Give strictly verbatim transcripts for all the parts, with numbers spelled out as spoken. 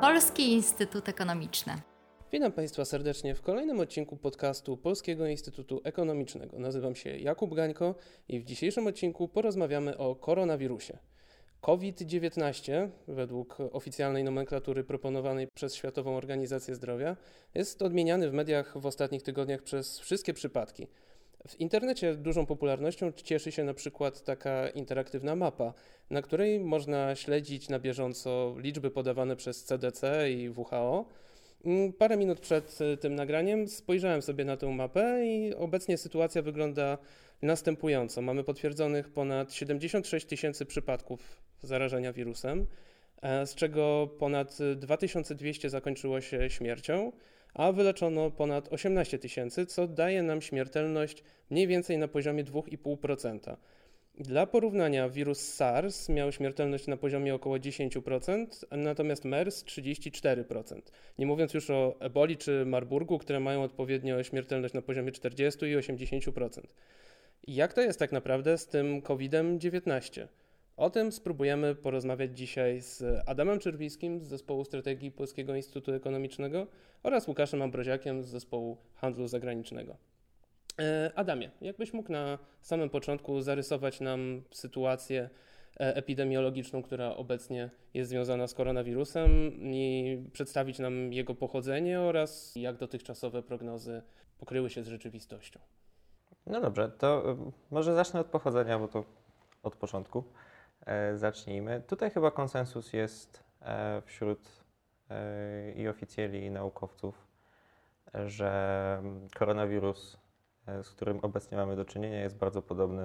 Polski Instytut Ekonomiczny. Witam Państwa serdecznie w kolejnym odcinku podcastu Polskiego Instytutu Ekonomicznego. Nazywam się Jakub Gańko i w dzisiejszym odcinku porozmawiamy o koronawirusie. COVID dziewiętnaście, według oficjalnej nomenklatury proponowanej przez Światową Organizację Zdrowia, jest odmieniany w mediach w ostatnich tygodniach przez wszystkie przypadki. W internecie dużą popularnością cieszy się na przykład taka interaktywna mapa, na której można śledzić na bieżąco liczby podawane przez C D C i W H O. Parę minut przed tym nagraniem spojrzałem sobie na tę mapę i obecnie sytuacja wygląda następująco. Mamy potwierdzonych ponad siedemdziesiąt sześć tysięcy przypadków zarażenia wirusem, z czego ponad dwa tysiące dwieście zakończyło się śmiercią, a wyleczono ponad osiemnaście tysięcy, co daje nam śmiertelność mniej więcej na poziomie dwa i pół procent. Dla porównania wirus SARS miał śmiertelność na poziomie około dziesięć procent, natomiast MERS trzydzieści cztery procent. Nie mówiąc już o eboli czy Marburgu, które mają odpowiednio śmiertelność na poziomie czterdzieści i osiemdziesiąt procent. Jak to jest tak naprawdę z tym COVID dziewiętnaście? O tym spróbujemy porozmawiać dzisiaj z Adamem Czerwiskim z Zespołu Strategii Polskiego Instytutu Ekonomicznego oraz Łukaszem Ambroziakiem z Zespołu Handlu Zagranicznego. Adamie, jakbyś mógł na samym początku zarysować nam sytuację epidemiologiczną, która obecnie jest związana z koronawirusem i przedstawić nam jego pochodzenie oraz jak dotychczasowe prognozy pokryły się z rzeczywistością. No dobrze, to może zacznę od pochodzenia, bo to od początku e, zacznijmy. Tutaj chyba konsensus jest e, wśród e, i oficjeli, i naukowców, że koronawirus, z którym obecnie mamy do czynienia, jest bardzo podobny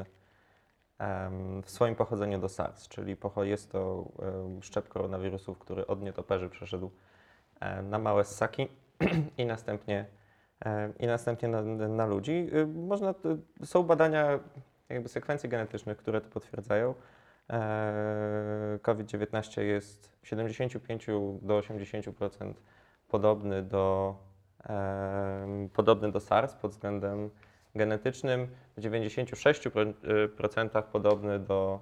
um, w swoim pochodzeniu do SARS, czyli jest to um, szczep koronawirusów, który od nietoperzy przeszedł um, na małe ssaki i następnie, um, i następnie na, na ludzi. Um, można, są badania jakby sekwencji genetycznych, które to potwierdzają. Um, COVID dziewiętnaście jest w siedemdziesiąt pięć do osiemdziesięciu procent podobny do um, podobny do SARS pod względem genetycznym, w dziewięćdziesięciu sześciu procentach podobny do,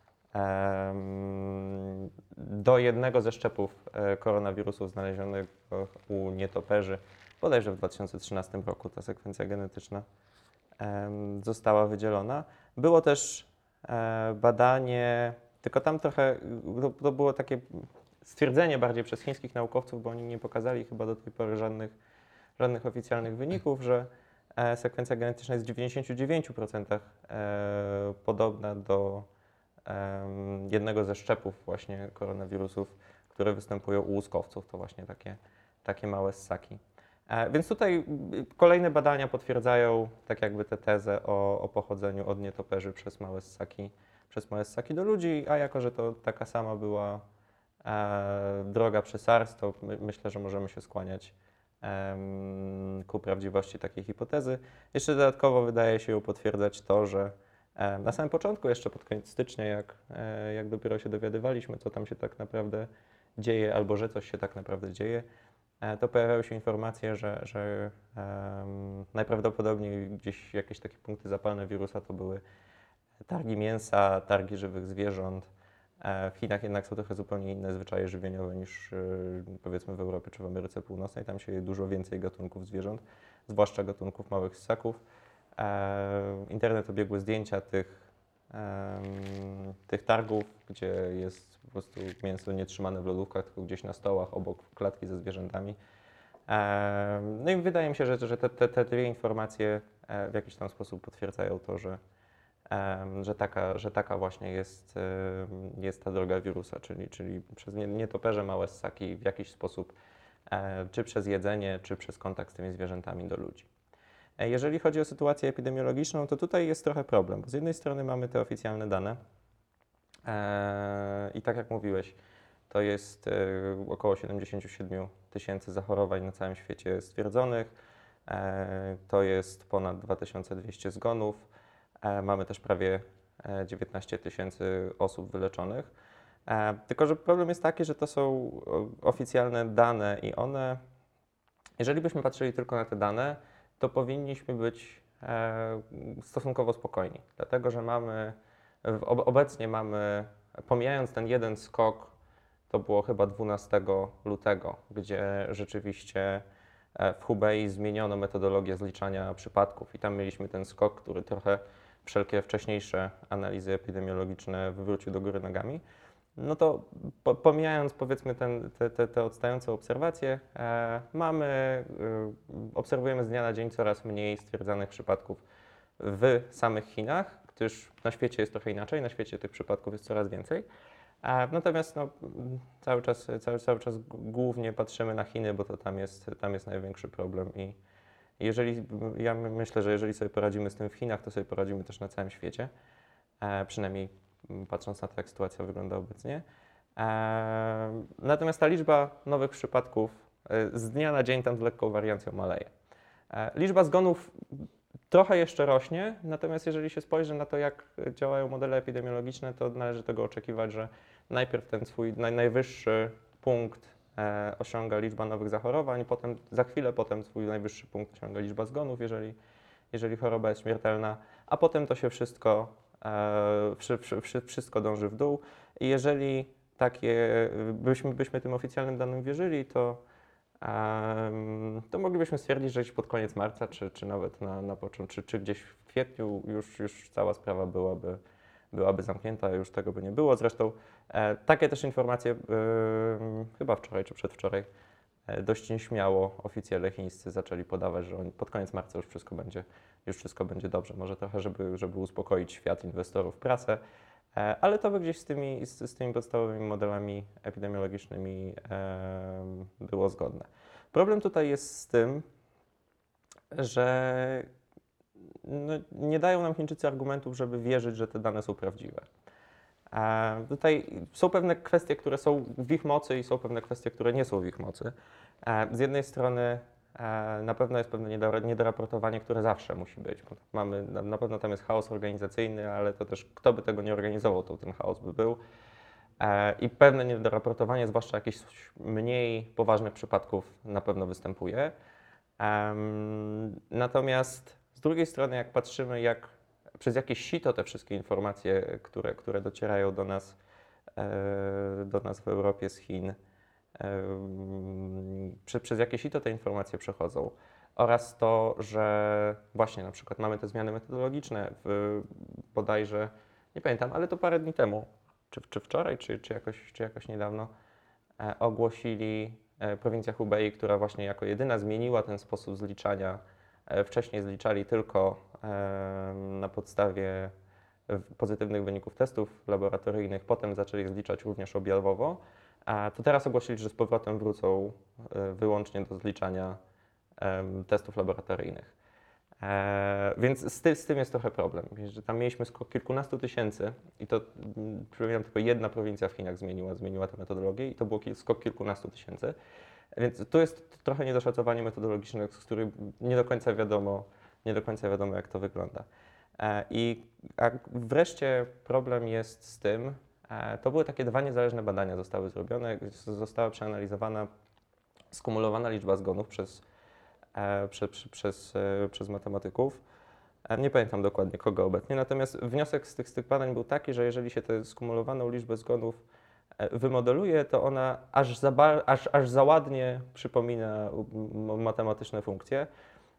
um, do jednego ze szczepów koronawirusów znalezionego u nietoperzy, bodajże w dwa tysiące trzynastym roku ta sekwencja genetyczna um, została wydzielona. Było też um, badanie, tylko tam trochę, to, to było takie stwierdzenie bardziej przez chińskich naukowców, bo oni nie pokazali chyba do tej pory żadnych, żadnych oficjalnych wyników, że sekwencja genetyczna jest w dziewięćdziesięciu dziewięciu procentach e, podobna do e, jednego ze szczepów właśnie koronawirusów, które występują u łuskowców. To właśnie takie, takie małe ssaki. E, więc tutaj kolejne badania potwierdzają tak jakby tę tezę o, o pochodzeniu od nietoperzy przez małe ssaki, przez małe ssaki do ludzi, a jako, że to taka sama była e, droga przy SARS, to my, myślę, że możemy się skłaniać ku prawdziwości takiej hipotezy. Jeszcze dodatkowo wydaje się ją potwierdzać to, że na samym początku, jeszcze pod koniec stycznia, jak, jak dopiero się dowiadywaliśmy, co tam się tak naprawdę dzieje, albo że coś się tak naprawdę dzieje, to pojawiały się informacje, że, że um, najprawdopodobniej gdzieś jakieś takie punkty zapalne wirusa to były targi mięsa, targi żywych zwierząt. W Chinach jednak są trochę zupełnie inne zwyczaje żywieniowe niż powiedzmy w Europie czy w Ameryce Północnej. Tam się je dużo więcej gatunków zwierząt, zwłaszcza gatunków małych ssaków. Internet obiegły zdjęcia tych, tych targów, gdzie jest po prostu mięso nie trzymane w lodówkach, tylko gdzieś na stołach obok klatki ze zwierzętami. No i wydaje mi się, że, że te, te, te dwie informacje w jakiś tam sposób potwierdzają to, że Że taka, że taka właśnie jest, jest ta droga wirusa, czyli, czyli przez nietoperze małe ssaki w jakiś sposób, czy przez jedzenie, czy przez kontakt z tymi zwierzętami do ludzi. Jeżeli chodzi o sytuację epidemiologiczną, to tutaj jest trochę problem, bo z jednej strony mamy te oficjalne dane i tak jak mówiłeś, to jest około siedemdziesiąt siedem tysięcy zachorowań na całym świecie stwierdzonych, to jest ponad dwa tysiące dwieście zgonów. Mamy też prawie dziewiętnaście tysięcy osób wyleczonych. Tylko że problem jest taki, że to są oficjalne dane i one, jeżeli byśmy patrzyli tylko na te dane, to powinniśmy być stosunkowo spokojni. Dlatego, że mamy, obecnie mamy, pomijając ten jeden skok, to było chyba dwunastego lutego, gdzie rzeczywiście w Hubei zmieniono metodologię zliczania przypadków i tam mieliśmy ten skok, który trochę wszelkie wcześniejsze analizy epidemiologiczne wywrócił do góry nogami. No to po, pomijając powiedzmy ten, te, te, te odstające obserwacje, e, mamy, e, obserwujemy z dnia na dzień coraz mniej stwierdzanych przypadków w samych Chinach, gdyż na świecie jest trochę inaczej, na świecie tych przypadków jest coraz więcej. E, natomiast no, cały, czas, cały, cały czas głównie patrzymy na Chiny, bo to tam jest, tam jest największy problem i jeżeli, ja myślę, że jeżeli sobie poradzimy z tym w Chinach, to sobie poradzimy też na całym świecie, e, przynajmniej patrząc na to, jak sytuacja wygląda obecnie. E, natomiast ta liczba nowych przypadków e, z dnia na dzień tam z lekką wariancją maleje. E, liczba zgonów trochę jeszcze rośnie, natomiast jeżeli się spojrzy na to, jak działają modele epidemiologiczne, to należy tego oczekiwać, że najpierw ten swój naj, najwyższy punkt e, osiąga liczba nowych zachorowań, potem za chwilę potem swój najwyższy punkt osiąga liczba zgonów, jeżeli, jeżeli choroba jest śmiertelna, a potem to się wszystko E, wszystko dąży w dół i jeżeli takie, byśmy, byśmy tym oficjalnym danym wierzyli, to, um, to moglibyśmy stwierdzić, że gdzieś pod koniec marca, czy, czy nawet na, na początku, czy, czy gdzieś w kwietniu już, już cała sprawa byłaby, byłaby zamknięta, już tego by nie było. Zresztą e, takie też informacje, e, chyba wczoraj czy przedwczoraj, e, dość nieśmiało oficjele chińscy zaczęli podawać, że oni pod koniec marca już wszystko będzie już wszystko będzie dobrze. Może trochę, żeby, żeby uspokoić świat, inwestorów, prasę, e, ale to by gdzieś z tymi, z, z tymi podstawowymi modelami epidemiologicznymi e, było zgodne. Problem tutaj jest z tym, że no, nie dają nam Chińczycy argumentów, żeby wierzyć, że te dane są prawdziwe. E, tutaj są pewne kwestie, które są w ich mocy i są pewne kwestie, które nie są w ich mocy. E, z jednej strony na pewno jest pewne niedoraportowanie, które zawsze musi być. Bo mamy, na pewno tam jest chaos organizacyjny, ale to też kto by tego nie organizował, to ten chaos by był. I pewne niedoraportowanie, zwłaszcza jakichś mniej poważnych przypadków, na pewno występuje. Natomiast z drugiej strony, jak patrzymy, jak przez jakie sito te wszystkie informacje, które, które docierają do nas, do nas w Europie z Chin, Prze, przez jakie sito te informacje przechodzą oraz to, że właśnie na przykład mamy te zmiany metodologiczne w, bodajże, nie pamiętam, ale to parę dni temu, czy, czy wczoraj, czy, czy, jakoś, czy jakoś niedawno e, ogłosili e, prowincja Hubei, która właśnie jako jedyna zmieniła ten sposób zliczania. E, wcześniej zliczali tylko e, na podstawie pozytywnych wyników testów laboratoryjnych, potem zaczęli zliczać również objawowo. A to teraz ogłosili, że z powrotem wrócą y, wyłącznie do zliczania y, testów laboratoryjnych. E, więc z, ty, z tym jest trochę problem, że tam mieliśmy skok kilkunastu tysięcy i to, mm, przypominam, tylko jedna prowincja w Chinach zmieniła, zmieniła tę metodologię i to było kil, skok kilkunastu tysięcy. Więc tu jest trochę niedoszacowanie metodologiczne, z którym nie do końca wiadomo, nie do końca wiadomo jak to wygląda. E, I a wreszcie problem jest z tym, to były takie dwa niezależne badania, zostały zrobione, została przeanalizowana skumulowana liczba zgonów przez, e, prze, prze, przez, e, przez matematyków. E, nie pamiętam dokładnie kogo obecnie, natomiast wniosek z tych, z tych badań był taki, że jeżeli się tę skumulowaną liczbę zgonów e, wymodeluje, to ona aż za, bar, aż, aż za ładnie przypomina m, matematyczne funkcje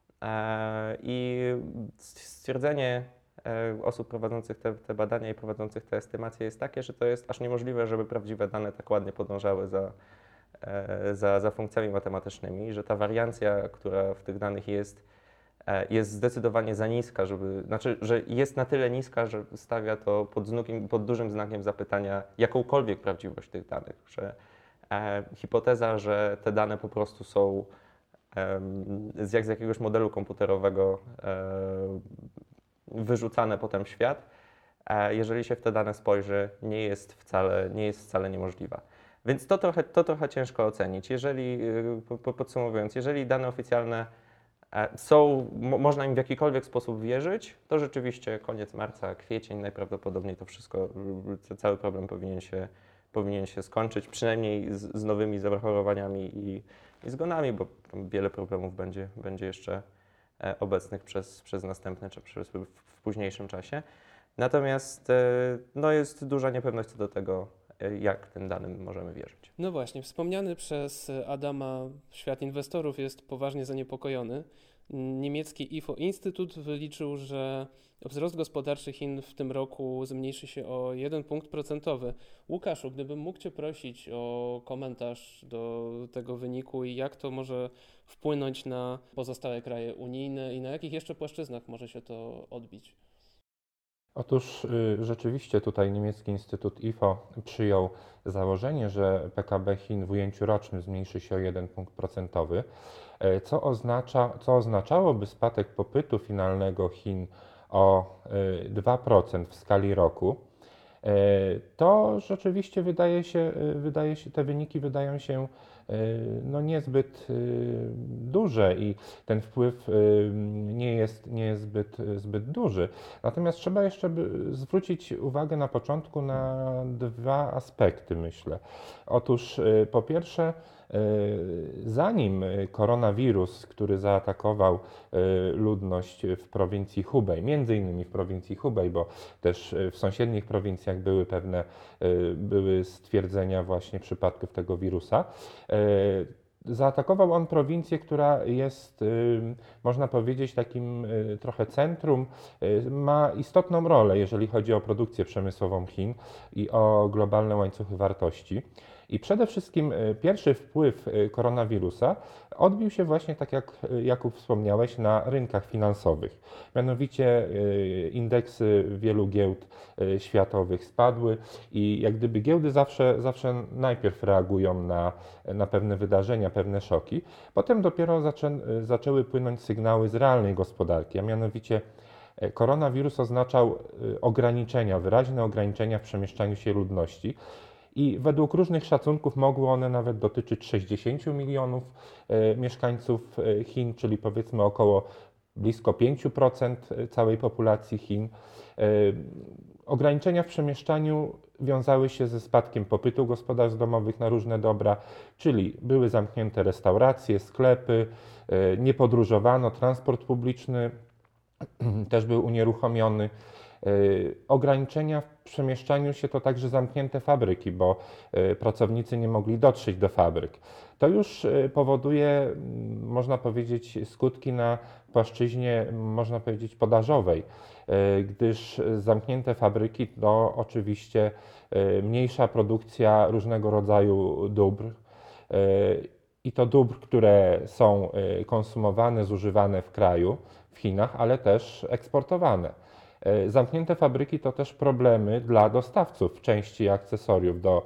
e, i stwierdzenie osób prowadzących te, te badania i prowadzących te estymacje jest takie, że to jest aż niemożliwe, żeby prawdziwe dane tak ładnie podążały za, za, za funkcjami matematycznymi, że ta wariancja, która w tych danych jest, jest zdecydowanie za niska, żeby, znaczy, że jest na tyle niska, że stawia to pod, znakiem, pod dużym znakiem zapytania jakąkolwiek prawdziwość tych danych, że e, hipoteza, że te dane po prostu są e, z, jak z jakiegoś modelu komputerowego e, wyrzucane potem w świat, jeżeli się w te dane spojrzy, nie jest wcale, nie jest wcale niemożliwa. Więc to trochę, to trochę ciężko ocenić. Jeżeli, podsumowując, jeżeli dane oficjalne są, można im w jakikolwiek sposób wierzyć, to rzeczywiście koniec marca, kwiecień najprawdopodobniej to wszystko, cały problem powinien się, powinien się skończyć, przynajmniej z, z nowymi zachorowaniami i, i zgonami, bo wiele problemów będzie, będzie jeszcze obecnych przez, przez następne, czy przez, w późniejszym czasie. Natomiast no, jest duża niepewność co do tego, jak tym danym możemy wierzyć. No właśnie, wspomniany przez Adama świat inwestorów jest poważnie zaniepokojony. Niemiecki I F O-Instytut wyliczył, że wzrost gospodarczy Chin w tym roku zmniejszy się o jeden punkt procentowy. Łukaszu, gdybym mógł Cię prosić o komentarz do tego wyniku i jak to może wpłynąć na pozostałe kraje unijne i na jakich jeszcze płaszczyznach może się to odbić? Otóż y, rzeczywiście tutaj niemiecki Instytut I F O przyjął założenie, że P K B Chin w ujęciu rocznym zmniejszy się o jeden punkt procentowy, e, co oznacza, co oznaczałoby spadek popytu finalnego Chin o y, dwa procent w skali roku. E, To rzeczywiście wydaje się, y, wydaje się, te wyniki wydają się y, no niezbyt y, duże i ten wpływ y, nie jest, nie jest zbyt, zbyt duży. Natomiast trzeba jeszcze by zwrócić uwagę na początku na dwa aspekty, myślę. Otóż y, po pierwsze, y, zanim koronawirus, który zaatakował y, ludność w prowincji Hubei, między innymi w prowincji Hubei, bo też y, w sąsiednich prowincjach były pewne y, były stwierdzenia właśnie przypadków tego wirusa, y, zaatakował on prowincję, która jest, y, można powiedzieć, takim y, trochę centrum, y, ma istotną rolę, jeżeli chodzi o produkcję przemysłową Chin i o globalne łańcuchy wartości. I przede wszystkim y, pierwszy wpływ y, koronawirusa odbił się właśnie, tak jak y, Jakub wspomniałeś, na rynkach finansowych. Mianowicie y, indeksy wielu giełd y, światowych spadły i jak gdyby giełdy zawsze, zawsze najpierw reagują na, na pewne wydarzenia, pewne szoki. Potem dopiero zaczę, zaczęły płynąć sygnały z realnej gospodarki, a mianowicie y, koronawirus oznaczał y, ograniczenia, wyraźne ograniczenia w przemieszczaniu się ludności. I według różnych szacunków mogły one nawet dotyczyć sześćdziesięciu milionów e, mieszkańców e, Chin, czyli powiedzmy około blisko pięć procent całej populacji Chin. E, ograniczenia w przemieszczaniu wiązały się ze spadkiem popytu gospodarstw domowych na różne dobra, czyli były zamknięte restauracje, sklepy, e, nie podróżowano, transport publiczny też był unieruchomiony. Ograniczenia w przemieszczaniu się to także zamknięte fabryki, bo pracownicy nie mogli dotrzeć do fabryk. To już powoduje, można powiedzieć, skutki na płaszczyźnie, można powiedzieć, podażowej, gdyż zamknięte fabryki to oczywiście mniejsza produkcja różnego rodzaju dóbr. I to dóbr, które są konsumowane, zużywane w kraju, w Chinach, ale też eksportowane. Zamknięte fabryki to też problemy dla dostawców części i akcesoriów do,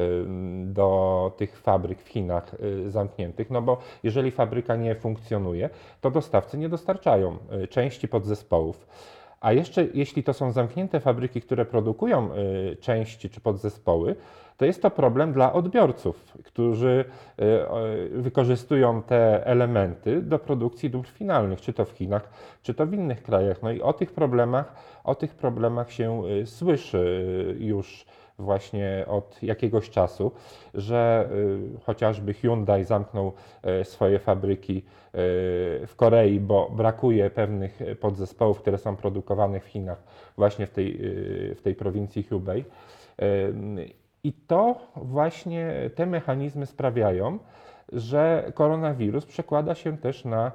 do tych fabryk w Chinach zamkniętych, no bo jeżeli fabryka nie funkcjonuje, to dostawcy nie dostarczają części podzespołów. A jeszcze jeśli to są zamknięte fabryki, które produkują części czy podzespoły, to jest to problem dla odbiorców, którzy wykorzystują te elementy do produkcji dóbr finalnych, czy to w Chinach, czy to w innych krajach. No i o tych problemach, o tych problemach się słyszy już właśnie od jakiegoś czasu, że y, chociażby Hyundai zamknął y, swoje fabryki y, w Korei, bo brakuje pewnych podzespołów, które są produkowane w Chinach, właśnie w tej, y, w tej prowincji Hubei. Y, I to właśnie te mechanizmy sprawiają, że koronawirus przekłada się też na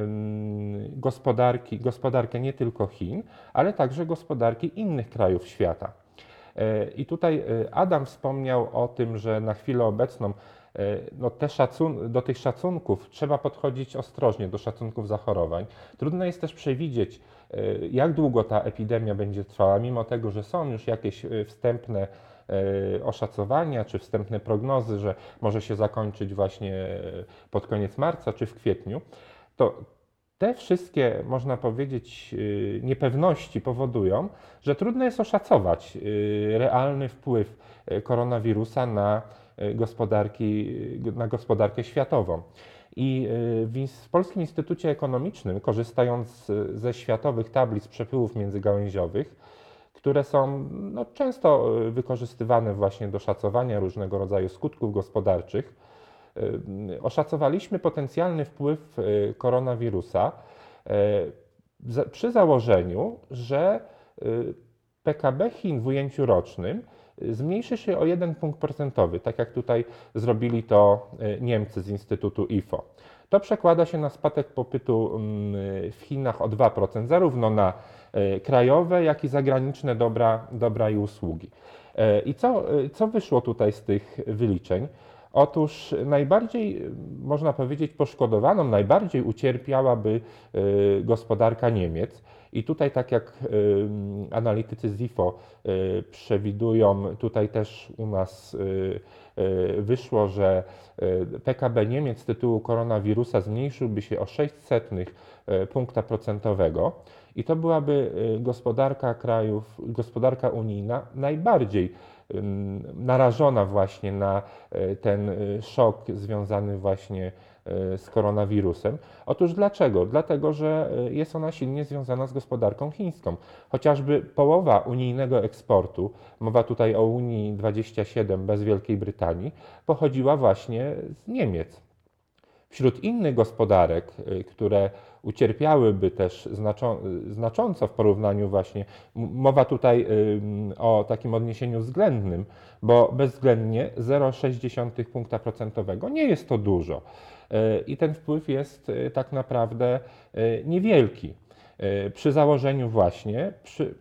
gospodarki, gospodarkę nie tylko Chin, ale także gospodarki innych krajów świata. I tutaj Adam wspomniał o tym, że na chwilę obecną no te szacun- do tych szacunków trzeba podchodzić ostrożnie, do szacunków zachorowań. Trudno jest też przewidzieć, jak długo ta epidemia będzie trwała, mimo tego, że są już jakieś wstępne oszacowania czy wstępne prognozy, że może się zakończyć właśnie pod koniec marca czy w kwietniu, to te wszystkie, można powiedzieć, niepewności powodują, że trudno jest oszacować realny wpływ koronawirusa na gospodarki, na gospodarkę światową. I w Polskim Instytucie Ekonomicznym, korzystając ze światowych tablic przepływów międzygałęziowych, które są no, często wykorzystywane właśnie do szacowania różnego rodzaju skutków gospodarczych, oszacowaliśmy potencjalny wpływ koronawirusa przy założeniu, że P K B Chin w ujęciu rocznym zmniejszy się o jeden punkt procentowy, tak jak tutaj zrobili to Niemcy z Instytutu I F O. To przekłada się na spadek popytu w Chinach o dwa procent, zarówno na krajowe, jak i zagraniczne dobra, dobra i usługi. I co, co wyszło tutaj z tych wyliczeń? Otóż najbardziej, można powiedzieć, poszkodowaną, najbardziej ucierpiałaby gospodarka Niemiec. I tutaj, tak jak analitycy z I F O przewidują, tutaj też u nas wyszło, że P K B Niemiec z tytułu koronawirusa zmniejszyłby się o sześć setnych punkta procentowego. I to byłaby gospodarka krajów, gospodarka unijna najbardziej narażona właśnie na ten szok związany właśnie z koronawirusem. Otóż dlaczego? Dlatego, że jest ona silnie związana z gospodarką chińską. Chociażby połowa unijnego eksportu, mowa tutaj o Unii dwudziestu siedmiu bez Wielkiej Brytanii, pochodziła właśnie z Niemiec. Wśród innych gospodarek, które ucierpiałyby też znaczą, znacząco w porównaniu właśnie, mowa tutaj o takim odniesieniu względnym, bo bezwzględnie zero przecinek sześć punkta procentowego nie jest to dużo i ten wpływ jest tak naprawdę niewielki. Przy założeniu właśnie przy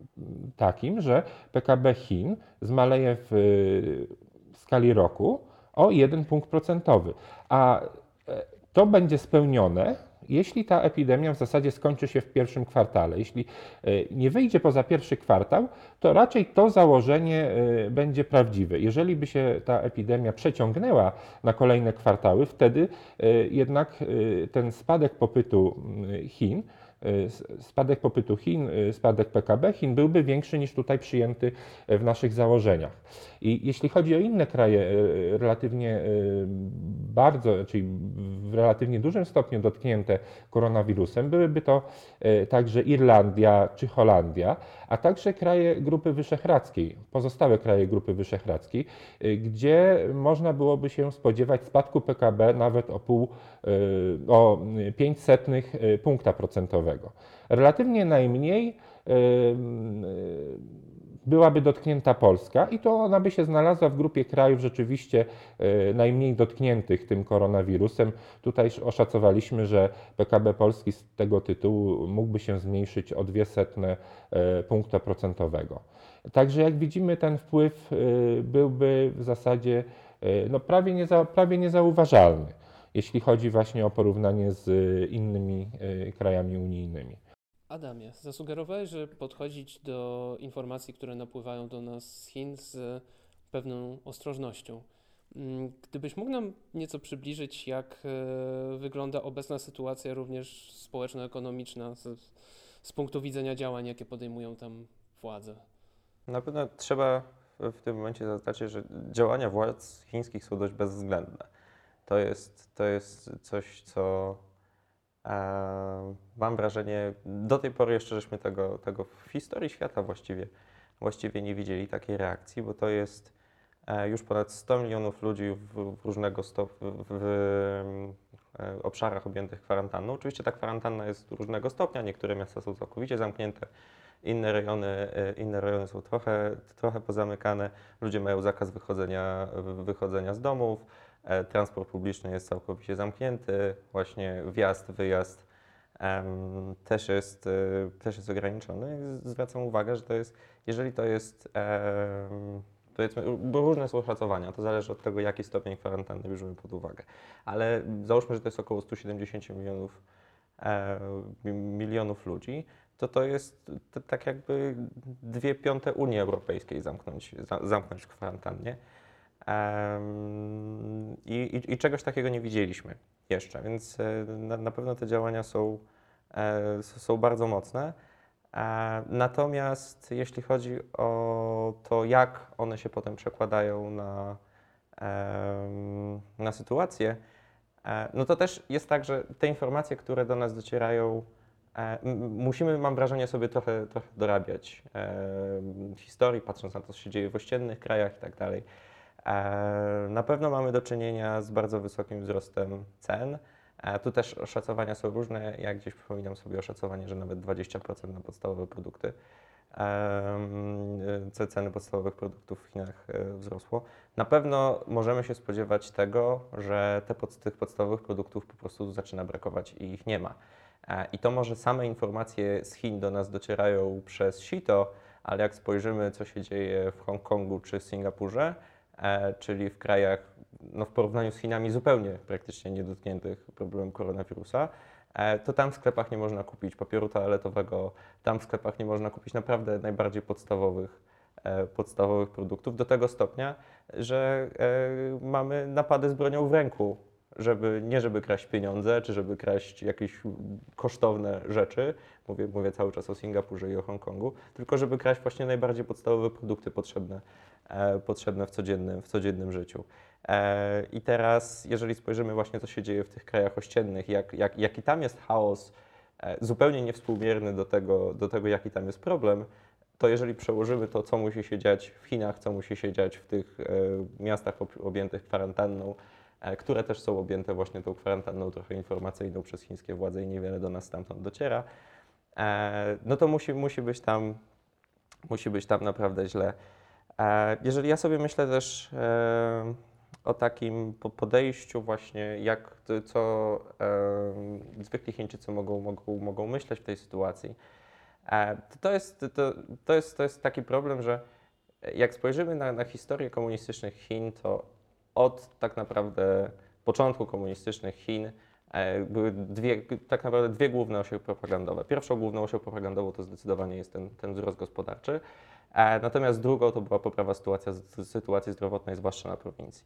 takim, że P K B Chin zmaleje w skali roku o jeden punkt procentowy, a to będzie spełnione, jeśli ta epidemia w zasadzie skończy się w pierwszym kwartale. Jeśli nie wyjdzie poza pierwszy kwartał, to raczej to założenie będzie prawdziwe. Jeżeli by się ta epidemia przeciągnęła na kolejne kwartały, wtedy jednak ten spadek popytu Chin, spadek popytu Chin, spadek P K B Chin byłby większy niż tutaj przyjęty w naszych założeniach. I jeśli chodzi o inne kraje relatywnie bardzo, czyli w relatywnie dużym stopniu dotknięte koronawirusem, byłyby to także Irlandia czy Holandia, a także kraje Grupy Wyszehradzkiej, pozostałe kraje Grupy Wyszehradzkiej, gdzie można byłoby się spodziewać spadku P K B nawet o pół, o pięć setnych punkta procentowego. Relatywnie najmniej byłaby dotknięta Polska i to ona by się znalazła w grupie krajów rzeczywiście najmniej dotkniętych tym koronawirusem. Tutaj oszacowaliśmy, że P K B Polski z tego tytułu mógłby się zmniejszyć o dwie setne punkta procentowego. Także jak widzimy, ten wpływ byłby w zasadzie no, prawie, nieza, prawie niezauważalny, jeśli chodzi właśnie o porównanie z innymi krajami unijnymi. Adamie, zasugerowałeś, że podchodzić do informacji, które napływają do nas z Chin z pewną ostrożnością. Gdybyś mógł nam nieco przybliżyć, jak wygląda obecna sytuacja również społeczno-ekonomiczna z, z punktu widzenia działań, jakie podejmują tam władze? Na pewno trzeba w tym momencie zaznaczyć, że działania władz chińskich są dość bezwzględne. To jest, to jest coś, co e, mam wrażenie, do tej pory jeszcze żeśmy tego, tego w historii świata właściwie, właściwie nie widzieli takiej reakcji, bo to jest e, już ponad sto milionów ludzi w, w różnego stopnia, w, w e, obszarach objętych kwarantanną. Oczywiście ta kwarantanna jest różnego stopnia, niektóre miasta są całkowicie zamknięte, inne rejony, inne rejony są trochę, trochę pozamykane, ludzie mają zakaz wychodzenia, wychodzenia z domów, transport publiczny jest całkowicie zamknięty, właśnie wjazd, wyjazd um, też, jest, też jest ograniczony. Zwracam uwagę, że to jest, jeżeli to jest, um, powiedzmy, bo różne są szacowania, to zależy od tego, jaki stopień kwarantanny bierzemy pod uwagę, ale załóżmy, że to jest około sto siedemdziesiąt milionów, um, milionów ludzi, to to jest to tak jakby dwie piąte Unii Europejskiej zamknąć, za, zamknąć w kwarantannie. Um, i, i, I czegoś takiego nie widzieliśmy jeszcze, więc na, na pewno te działania są, e, są bardzo mocne. E, natomiast jeśli chodzi o to, jak one się potem przekładają na, e, na sytuację, e, no to też jest tak, że te informacje, które do nas docierają, e, musimy, mam wrażenie, sobie trochę, trochę dorabiać e, historii, patrząc na to, co się dzieje w ościennych krajach i tak dalej. Na pewno mamy do czynienia z bardzo wysokim wzrostem cen. Tu też oszacowania są różne. Ja gdzieś przypominam sobie oszacowanie, że nawet dwadzieścia procent na podstawowe produkty. e, ceny podstawowych produktów w Chinach e, wzrosło. Na pewno możemy się spodziewać tego, że te pod, tych podstawowych produktów po prostu zaczyna brakować i ich nie ma. E, I to może same informacje z Chin do nas docierają przez sito, ale jak spojrzymy, co się dzieje w Hongkongu czy Singapurze, e, czyli w krajach, no w porównaniu z Chinami zupełnie praktycznie niedotkniętych problemem koronawirusa, e, to tam w sklepach nie można kupić papieru toaletowego, tam w sklepach nie można kupić naprawdę najbardziej podstawowych, e, podstawowych produktów, do tego stopnia, że e, mamy napady z bronią w ręku, żeby, nie żeby kraść pieniądze, czy żeby kraść jakieś kosztowne rzeczy, mówię, mówię cały czas o Singapurze i o Hongkongu, tylko żeby kraść właśnie najbardziej podstawowe produkty potrzebne, e, potrzebne w codziennym, w codziennym życiu. E, I teraz, jeżeli spojrzymy właśnie, co się dzieje w tych krajach ościennych, jak, jak, jaki tam jest chaos, e, zupełnie niewspółmierny do tego, do tego, jaki tam jest problem, to jeżeli przełożymy to, co musi się dziać w Chinach, co musi się dziać w tych e, miastach ob, objętych kwarantanną, które też są objęte właśnie tą kwarantanną trochę informacyjną przez chińskie władze i niewiele do nas stamtąd dociera, no to musi, musi, być, tam, musi być tam naprawdę źle. Jeżeli ja sobie myślę też o takim podejściu właśnie, jak to, co zwykli Chińczycy mogą, mogą, mogą myśleć w tej sytuacji, to, to, jest, to, to, jest, to jest taki problem, że jak spojrzymy na, na historię komunistycznych Chin, to od tak naprawdę początku komunistycznych Chin e, były dwie, tak naprawdę dwie główne osie propagandowe. Pierwszą główną osią propagandową to zdecydowanie jest ten, ten wzrost gospodarczy, e, natomiast drugą to była poprawa sytuacja, sytuacji zdrowotnej, zwłaszcza na prowincji.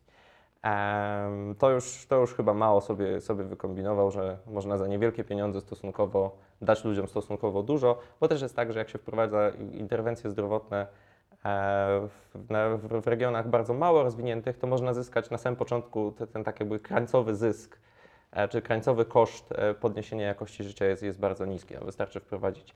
E, to, już, to już chyba Mao sobie, sobie wykombinował, że można za niewielkie pieniądze stosunkowo dać ludziom stosunkowo dużo, bo też jest tak, że jak się wprowadza interwencje zdrowotne W, na, w regionach bardzo mało rozwiniętych, to można zyskać na samym początku ten, ten taki jakby krańcowy zysk, czy krańcowy koszt podniesienia jakości życia jest, jest bardzo niski. Wystarczy wprowadzić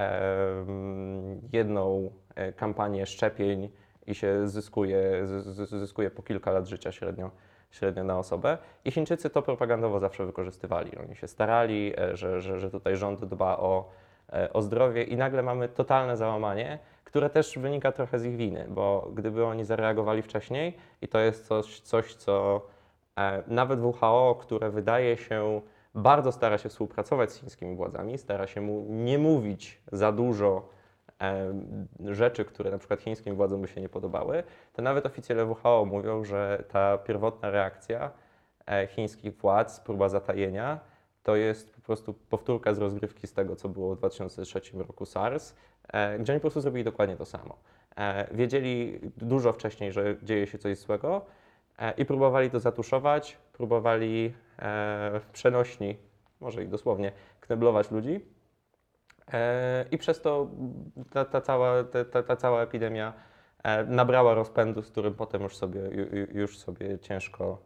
jedną kampanię szczepień i się zyskuje, zyskuje po kilka lat życia średnio, średnio na osobę. I Chińczycy to propagandowo zawsze wykorzystywali. Oni się starali, że, że, że tutaj rząd dba o, o zdrowie i nagle mamy totalne załamanie, które też wynika trochę z ich winy, bo gdyby oni zareagowali wcześniej i to jest coś, coś co e, nawet W H O, które wydaje się bardzo stara się współpracować z chińskimi władzami, stara się mu nie mówić za dużo e, rzeczy, które na przykład chińskim władzom by się nie podobały, to nawet oficjele W H O mówią, że ta pierwotna reakcja e, chińskich władz, próba zatajenia, to jest po prostu powtórka z rozgrywki z tego, co było w dwa tysiące trzecim roku SARS, gdzie oni po prostu zrobili dokładnie to samo. Wiedzieli dużo wcześniej, że dzieje się coś złego i próbowali to zatuszować, próbowali w przenośni, może i dosłownie, kneblować ludzi i przez to ta, ta, cała, ta, ta cała epidemia nabrała rozpędu, z którym potem już sobie, już sobie ciężko,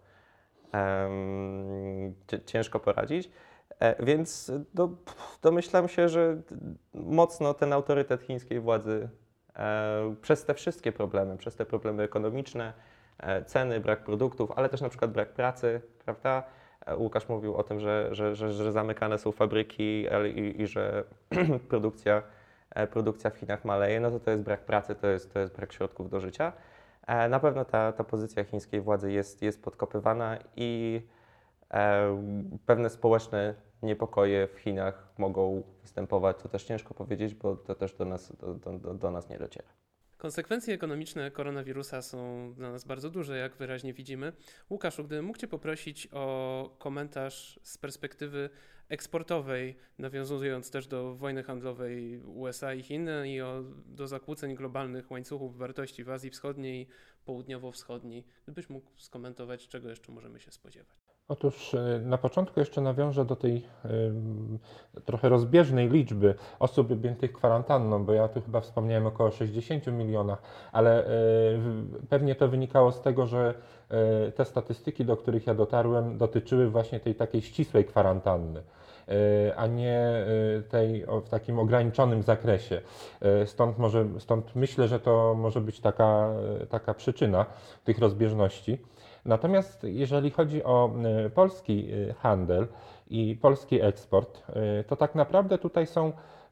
ciężko poradzić. Więc do, domyślam się, że mocno ten autorytet chińskiej władzy e, przez te wszystkie problemy, przez te problemy ekonomiczne, e, ceny, brak produktów, ale też na przykład brak pracy, prawda? E, Łukasz mówił o tym, że, że, że, że zamykane są fabryki i, i że produkcja, e, produkcja w Chinach maleje, no to to jest brak pracy, to jest, to jest brak środków do życia. E, na pewno ta, ta pozycja chińskiej władzy jest, jest podkopywana i e, pewne społeczne niepokoje w Chinach mogą występować, to też ciężko powiedzieć, bo to też do nas, do, do, do nas nie dociera. Konsekwencje ekonomiczne koronawirusa są dla nas bardzo duże, jak wyraźnie widzimy. Łukaszu, gdybym mógł Cię poprosić o komentarz z perspektywy eksportowej, nawiązując też do wojny handlowej U S A i Chin i o, do zakłóceń globalnych łańcuchów wartości w Azji Wschodniej, Południowo-Wschodniej. Gdybyś mógł skomentować, czego jeszcze możemy się spodziewać? Otóż na początku jeszcze nawiążę do tej y, trochę rozbieżnej liczby osób objętych kwarantanną, bo ja tu chyba wspomniałem około sześćdziesiąt milionach, ale y, pewnie to wynikało z tego, że y, te statystyki, do których ja dotarłem, dotyczyły właśnie tej takiej ścisłej kwarantanny, y, a nie y, tej o, w takim ograniczonym zakresie. Y, stąd, może, stąd myślę, że to może być taka, taka przyczyna tych rozbieżności. Natomiast jeżeli chodzi o polski handel i polski eksport, to tak naprawdę tutaj są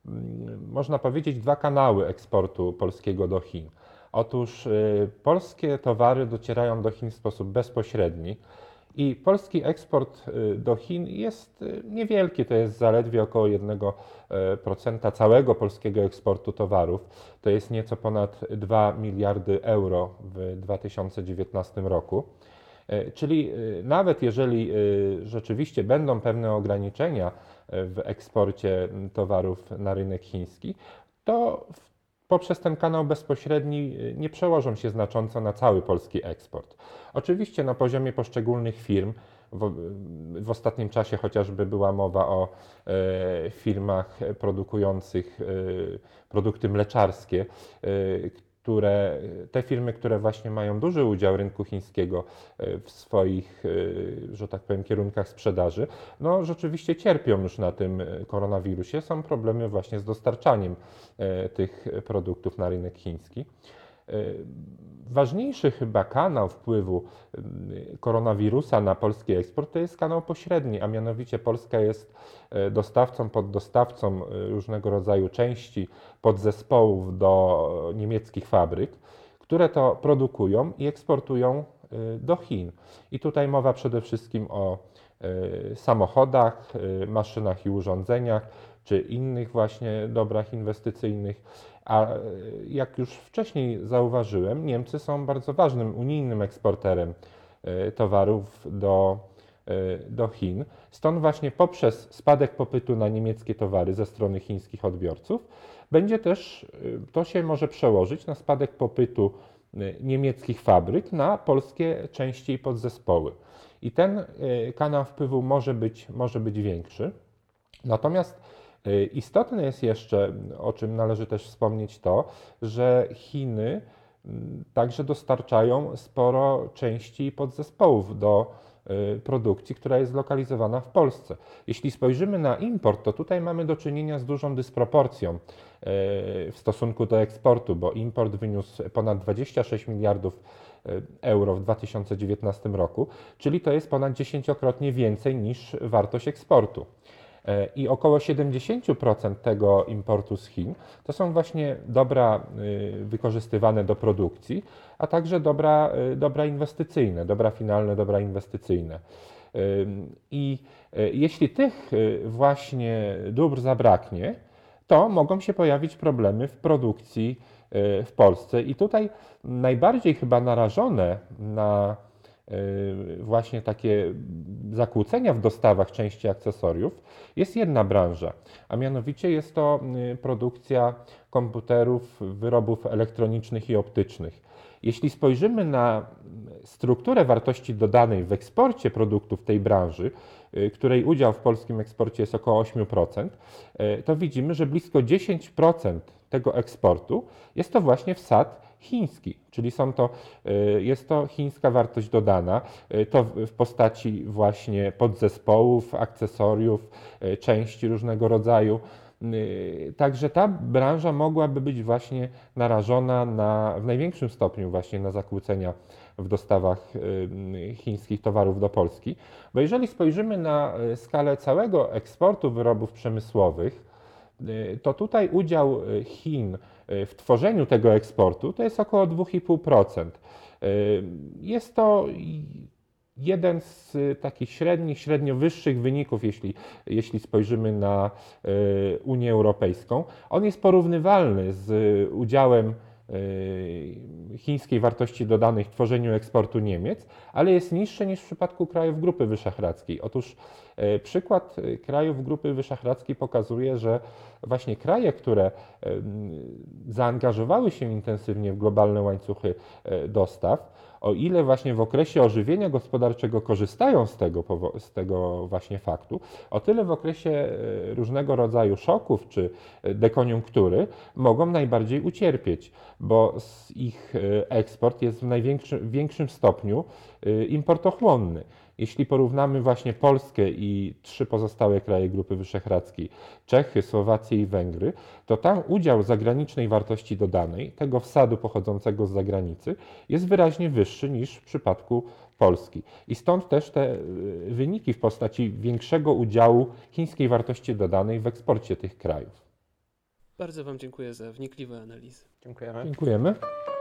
można powiedzieć, dwa kanały eksportu polskiego do Chin. Otóż polskie towary docierają do Chin w sposób bezpośredni i polski eksport do Chin jest niewielki, to jest zaledwie około jednego procenta całego polskiego eksportu towarów. To jest nieco ponad dwa miliardy euro w dwa tysiące dziewiętnastym roku. Czyli nawet jeżeli rzeczywiście będą pewne ograniczenia w eksporcie towarów na rynek chiński, to poprzez ten kanał bezpośredni nie przełożą się znacząco na cały polski eksport. Oczywiście na poziomie poszczególnych firm, w, w ostatnim czasie chociażby była mowa o e, firmach produkujących e, produkty mleczarskie, e, które, te firmy, które właśnie mają duży udział rynku chińskiego w swoich, że tak powiem, kierunkach sprzedaży, no rzeczywiście cierpią już na tym koronawirusie. Są problemy właśnie z dostarczaniem tych produktów na rynek chiński. Ważniejszy chyba kanał wpływu koronawirusa na polski eksport to jest kanał pośredni, a mianowicie Polska jest dostawcą, poddostawcą różnego rodzaju części, podzespołów do niemieckich fabryk, które to produkują i eksportują do Chin. I tutaj mowa przede wszystkim o samochodach, maszynach i urządzeniach, czy innych właśnie dobrach inwestycyjnych. A jak już wcześniej zauważyłem, Niemcy są bardzo ważnym unijnym eksporterem towarów do, do Chin. Stąd właśnie poprzez spadek popytu na niemieckie towary ze strony chińskich odbiorców będzie też, to się może przełożyć na spadek popytu niemieckich fabryk na polskie części i podzespoły. I ten kanał wpływu może być, może być większy. Natomiast istotne jest jeszcze, o czym należy też wspomnieć, to, że Chiny także dostarczają sporo części i podzespołów do produkcji, która jest zlokalizowana w Polsce. Jeśli spojrzymy na import, to tutaj mamy do czynienia z dużą dysproporcją w stosunku do eksportu, bo import wyniósł ponad dwadzieścia sześć miliardów euro w dwa tysiące dziewiętnastym roku, czyli to jest ponad dziesięciokrotnie więcej niż wartość eksportu. I około siedemdziesiąt procent tego importu z Chin to są właśnie dobra wykorzystywane do produkcji, a także dobra, dobra inwestycyjne, dobra finalne, dobra inwestycyjne. I jeśli tych właśnie dóbr zabraknie, to mogą się pojawić problemy w produkcji w Polsce. I tutaj najbardziej chyba narażone na właśnie takie zakłócenia w dostawach części akcesoriów jest jedna branża, a mianowicie jest to produkcja komputerów, wyrobów elektronicznych i optycznych. Jeśli spojrzymy na strukturę wartości dodanej w eksporcie produktów tej branży, której udział w polskim eksporcie jest około osiem procent, to widzimy, że blisko dziesięć procent tego eksportu jest to właśnie wsad chiński, czyli są to, jest to chińska wartość dodana, to w postaci właśnie podzespołów, akcesoriów, części różnego rodzaju. Także ta branża mogłaby być właśnie narażona na, w największym stopniu właśnie na zakłócenia w dostawach chińskich towarów do Polski. Bo jeżeli spojrzymy na skalę całego eksportu wyrobów przemysłowych, to tutaj udział Chin w tworzeniu tego eksportu to jest około dwa i pół procent. Jest to jeden z takich średnich, średnio wyższych wyników, jeśli, jeśli spojrzymy na Unię Europejską. On jest porównywalny z udziałem chińskiej wartości dodanej w tworzeniu eksportu Niemiec, ale jest niższy niż w przypadku krajów Grupy Wyszehradzkiej. Otóż przykład krajów Grupy Wyszehradzkiej pokazuje, że właśnie kraje, które zaangażowały się intensywnie w globalne łańcuchy dostaw, o ile właśnie w okresie ożywienia gospodarczego korzystają z tego, z tego właśnie faktu, o tyle w okresie różnego rodzaju szoków czy dekoniunktury mogą najbardziej ucierpieć, bo ich eksport jest w największym większym stopniu importochłonny. Jeśli porównamy właśnie Polskę i trzy pozostałe kraje Grupy Wyszehradzkiej, Czechy, Słowację i Węgry, to tam udział zagranicznej wartości dodanej, tego wsadu pochodzącego z zagranicy, jest wyraźnie wyższy niż w przypadku Polski. I stąd też te wyniki w postaci większego udziału chińskiej wartości dodanej w eksporcie tych krajów. Bardzo Wam dziękuję za wnikliwe analizy. Dziękujemy. Dziękujemy.